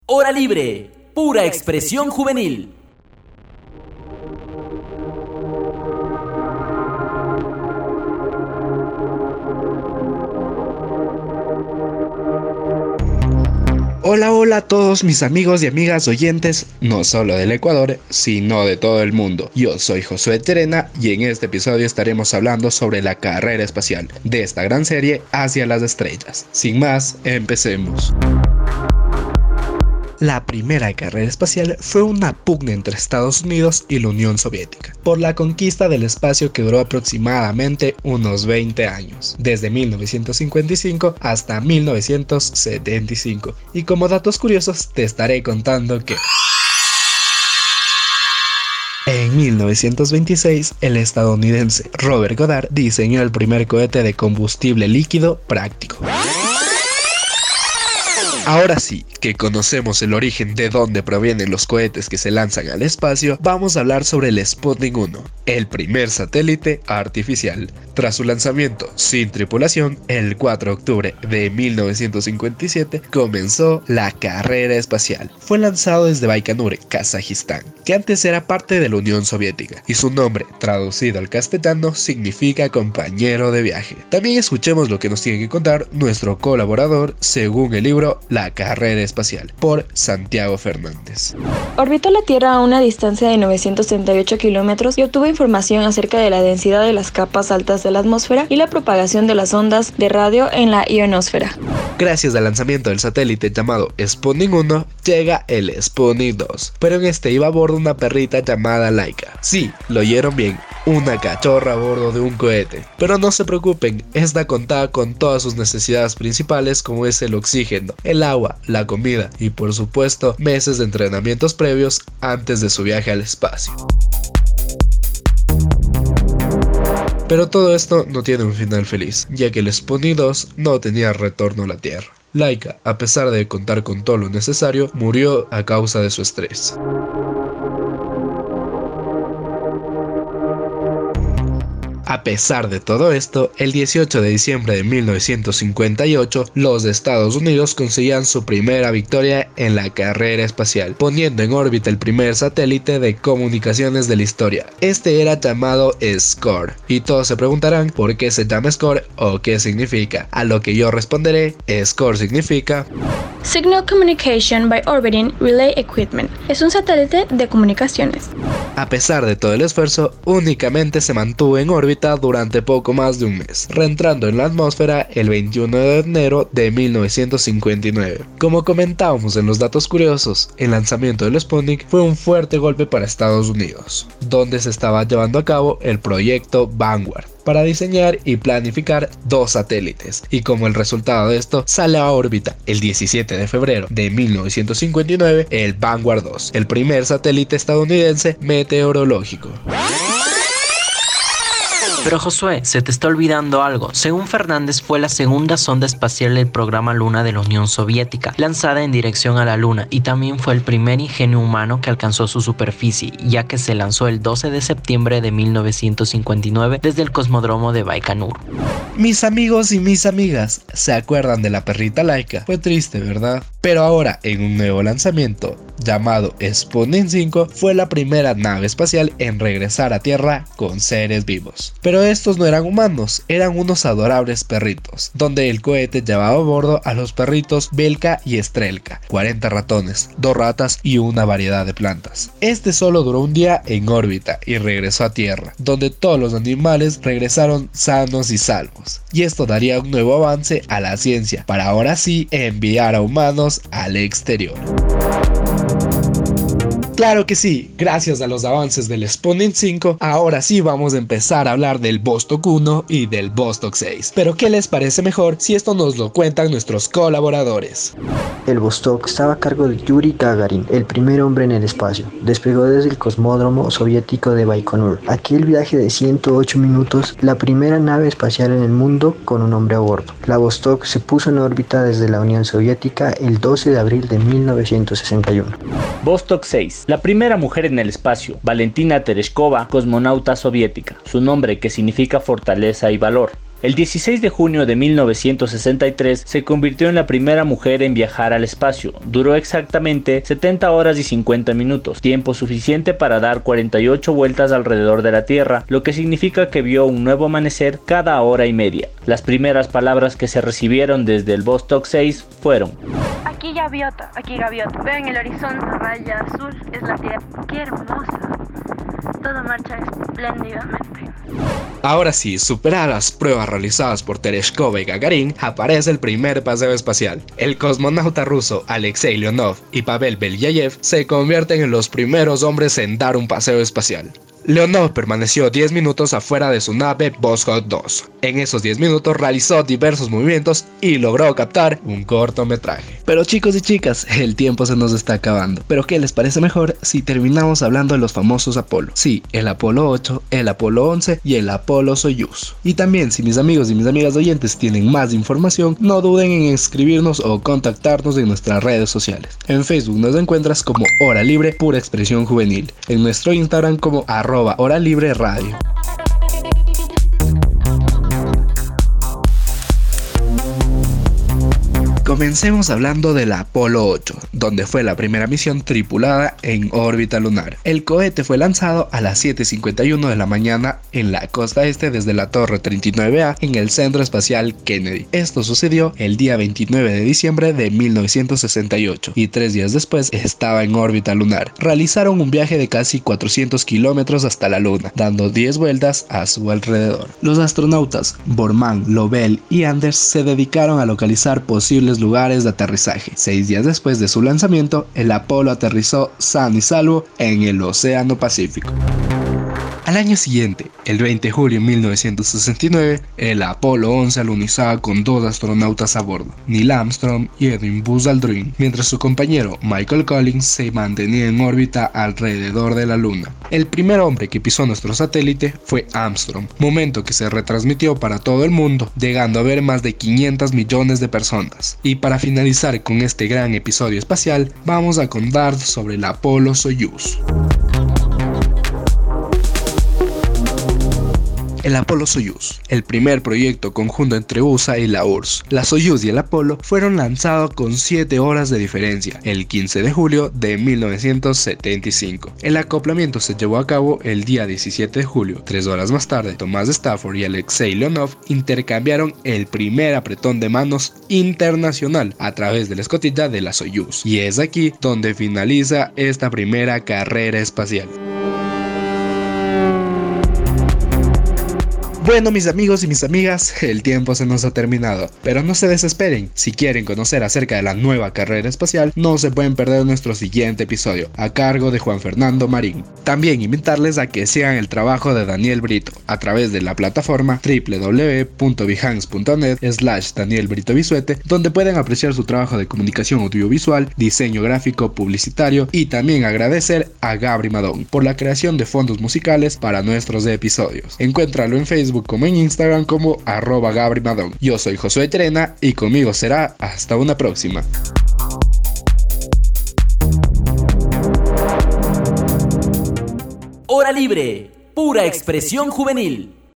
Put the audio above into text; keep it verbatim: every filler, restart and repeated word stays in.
Hora Libre, pura expresión juvenil. Hola, hola a todos mis amigos y amigas oyentes, no solo del Ecuador, sino de todo el mundo. Yo soy Josué Terena y en este episodio estaremos hablando sobre la carrera espacial de esta gran serie Hacia las Estrellas. Sin más, empecemos. La primera carrera espacial fue una pugna entre Estados Unidos y la Unión Soviética por la conquista del espacio que duró aproximadamente unos veinte años, desde mil novecientos cincuenta y cinco hasta mil novecientos setenta y cinco. Y como datos curiosos te estaré contando que en mil novecientos veintiséis, el estadounidense Robert Goddard diseñó el primer cohete de combustible líquido práctico. Ahora sí, que conocemos el origen de dónde provienen los cohetes que se lanzan al espacio, vamos a hablar sobre el Sputnik uno, el primer satélite artificial. Tras su lanzamiento sin tripulación, el cuatro de octubre de mil novecientos cincuenta y siete, comenzó la carrera espacial. Fue lanzado desde Baikonur, Kazajistán, que antes era parte de la Unión Soviética, y su nombre, traducido al castellano, significa compañero de viaje. También escuchemos lo que nos tiene que contar nuestro colaborador, según el libro La carrera espacial, por Santiago Fernández. Orbitó la Tierra a una distancia de novecientos treinta y ocho kilómetros y obtuvo información acerca de la densidad de las capas altas de la atmósfera y la propagación de las ondas de radio en la ionosfera. Gracias al lanzamiento del satélite llamado Sputnik uno, llega el Sputnik dos, pero en este iba a bordo una perrita llamada Laika. Sí, lo oyeron bien, una cachorra a bordo de un cohete. Pero no se preocupen, esta contaba con todas sus necesidades principales, como es el oxígeno, el agua, la comida y por supuesto meses de entrenamientos previos antes de su viaje al espacio. Pero todo esto no tiene un final feliz, ya que el Sputnik dos no tenía retorno a la Tierra. Laika, a pesar de contar con todo lo necesario, murió a causa de su estrés. A pesar de todo esto, el dieciocho de diciembre de mil novecientos cincuenta y ocho, los Estados Unidos conseguían su primera victoria en la carrera espacial, poniendo en órbita el primer satélite de comunicaciones de la historia. Este era llamado SCORE, y todos se preguntarán por qué se llama SCORE o qué significa. A lo que yo responderé, SCORE significa Signal Communication by Orbiting Relay Equipment. Es un satélite de comunicaciones. A pesar de todo el esfuerzo, únicamente se mantuvo en órbita durante poco más de un mes, reentrando en la atmósfera el veintiuno de enero de mil novecientos cincuenta y nueve. Como comentábamos en los datos curiosos, el lanzamiento del Sputnik fue un fuerte golpe para Estados Unidos, donde se estaba llevando a cabo el proyecto Vanguard para diseñar y planificar dos satélites, y como el resultado de esto sale a órbita el diecisiete de febrero de mil novecientos cincuenta y nueve el Vanguard dos, el primer satélite estadounidense meteorológico. Pero Josué, se te está olvidando algo. Según Fernández, fue la segunda sonda espacial del programa Luna de la Unión Soviética, lanzada en dirección a la Luna, y también fue el primer ingenio humano que alcanzó su superficie, ya que se lanzó el doce de septiembre de mil novecientos cincuenta y nueve desde el cosmódromo de Baikonur. Mis amigos y mis amigas, ¿se acuerdan de la perrita Laika? Fue triste, ¿verdad? Pero ahora, en un nuevo lanzamiento llamado Sputnik cinco, fue la primera nave espacial en regresar a Tierra con seres vivos. Pero estos no eran humanos, eran unos adorables perritos, donde el cohete llevaba a bordo a los perritos Belka y Estrelka, cuarenta ratones, dos ratas y una variedad de plantas. Este solo duró un día en órbita y regresó a Tierra, donde todos los animales regresaron sanos y salvos. Y esto daría un nuevo avance a la ciencia, para ahora sí enviar a humanos al exterior. Claro que sí, gracias a los avances del Sputnik cinco, ahora sí vamos a empezar a hablar del Vostok uno y del Vostok seis. Pero ¿qué les parece mejor si esto nos lo cuentan nuestros colaboradores? El Vostok estaba a cargo de Yuri Gagarin, el primer hombre en el espacio. Despegó desde el cosmódromo soviético de Baikonur. Aquel viaje de ciento ocho minutos, la primera nave espacial en el mundo con un hombre a bordo. La Vostok se puso en órbita desde la Unión Soviética el doce de abril de mil novecientos sesenta y uno. Vostok seis. La primera mujer en el espacio, Valentina Tereshkova, cosmonauta soviética. Su nombre, que significa fortaleza y valor. El dieciséis de junio de mil novecientos sesenta y tres se convirtió en la primera mujer en viajar al espacio. Duró exactamente setenta horas y cincuenta minutos, tiempo suficiente para dar cuarenta y ocho vueltas alrededor de la Tierra, lo que significa que vio un nuevo amanecer cada hora y media. Las primeras palabras que se recibieron desde el Vostok seis fueron: aquí gaviota, aquí gaviota. Veo en el horizonte raya azul, es la Tierra. ¡Qué hermosa! Todo marcha espléndidamente. Ahora sí, superadas las pruebas realizadas por Tereshkova y Gagarin, aparece el primer paseo espacial. El cosmonauta ruso Alexei Leonov y Pavel Belyayev se convierten en los primeros hombres en dar un paseo espacial. Leonov permaneció diez minutos afuera de su nave Voskhod dos. En esos diez minutos realizó diversos movimientos y logró captar un cortometraje. Pero chicos y chicas, el tiempo se nos está acabando. ¿Pero qué les parece mejor si terminamos hablando de los famosos Apolo? Sí, el Apolo ocho, el Apolo once y el Apolo Soyuz. Y también, si mis amigos y mis amigas oyentes tienen más información, no duden en escribirnos o contactarnos en nuestras redes sociales. En Facebook nos encuentras como Hora Libre Pura Expresión Juvenil. En nuestro Instagram como arroba Hora Libre Radio. Comencemos hablando del Apolo ocho, donde fue la primera misión tripulada en órbita lunar. El cohete fue lanzado a las siete cincuenta y uno de la mañana en la costa este desde la Torre treinta y nueve A en el Centro Espacial Kennedy. Esto sucedió el día veintinueve de diciembre de mil novecientos sesenta y ocho y tres días después estaba en órbita lunar. Realizaron un viaje de casi cuatrocientos kilómetros hasta la Luna, dando diez vueltas a su alrededor. Los astronautas Borman, Lovell y Anders se dedicaron a localizar posibles lugares de aterrizaje. Seis días después de su lanzamiento, el Apolo aterrizó sano y salvo en el Océano Pacífico. Al año siguiente, el veinte de julio de mil novecientos sesenta y nueve, el Apolo once alunizaba con dos astronautas a bordo, Neil Armstrong y Edwin Buzz Aldrin, mientras su compañero Michael Collins se mantenía en órbita alrededor de la Luna. El primer hombre que pisó nuestro satélite fue Armstrong, momento que se retransmitió para todo el mundo, llegando a ver más de quinientos millones de personas. Y para finalizar con este gran episodio espacial, vamos a contar sobre el Apolo Soyuz. El Apolo Soyuz, el primer proyecto conjunto entre U S A y la U R S S. La Soyuz y el Apolo fueron lanzados con siete horas de diferencia, el quince de julio de mil novecientos setenta y cinco. El acoplamiento se llevó a cabo el día diecisiete de julio. Tres horas más tarde, Tomás Stafford y Alexei Leonov intercambiaron el primer apretón de manos internacional a través de la escotilla de la Soyuz. Y es aquí donde finaliza esta primera carrera espacial. Bueno, mis amigos y mis amigas, el tiempo se nos ha terminado, pero no se desesperen. Si quieren conocer acerca de la nueva carrera espacial, no se pueden perder nuestro siguiente episodio, a cargo de Juan Fernando Marín. También invitarles a que sigan el trabajo de Daniel Brito a través de la plataforma doble u doble u doble u punto behance punto net slash Daniel Brito Bisuete, donde pueden apreciar su trabajo de comunicación audiovisual, diseño gráfico, publicitario, y también agradecer a Gabri Madón por la creación de fondos musicales para nuestros episodios. Encuéntralo en Facebook como en Instagram como arroba Gabri Madón. Yo soy Josué Terena y conmigo será hasta una próxima. Hora Libre, pura expresión juvenil.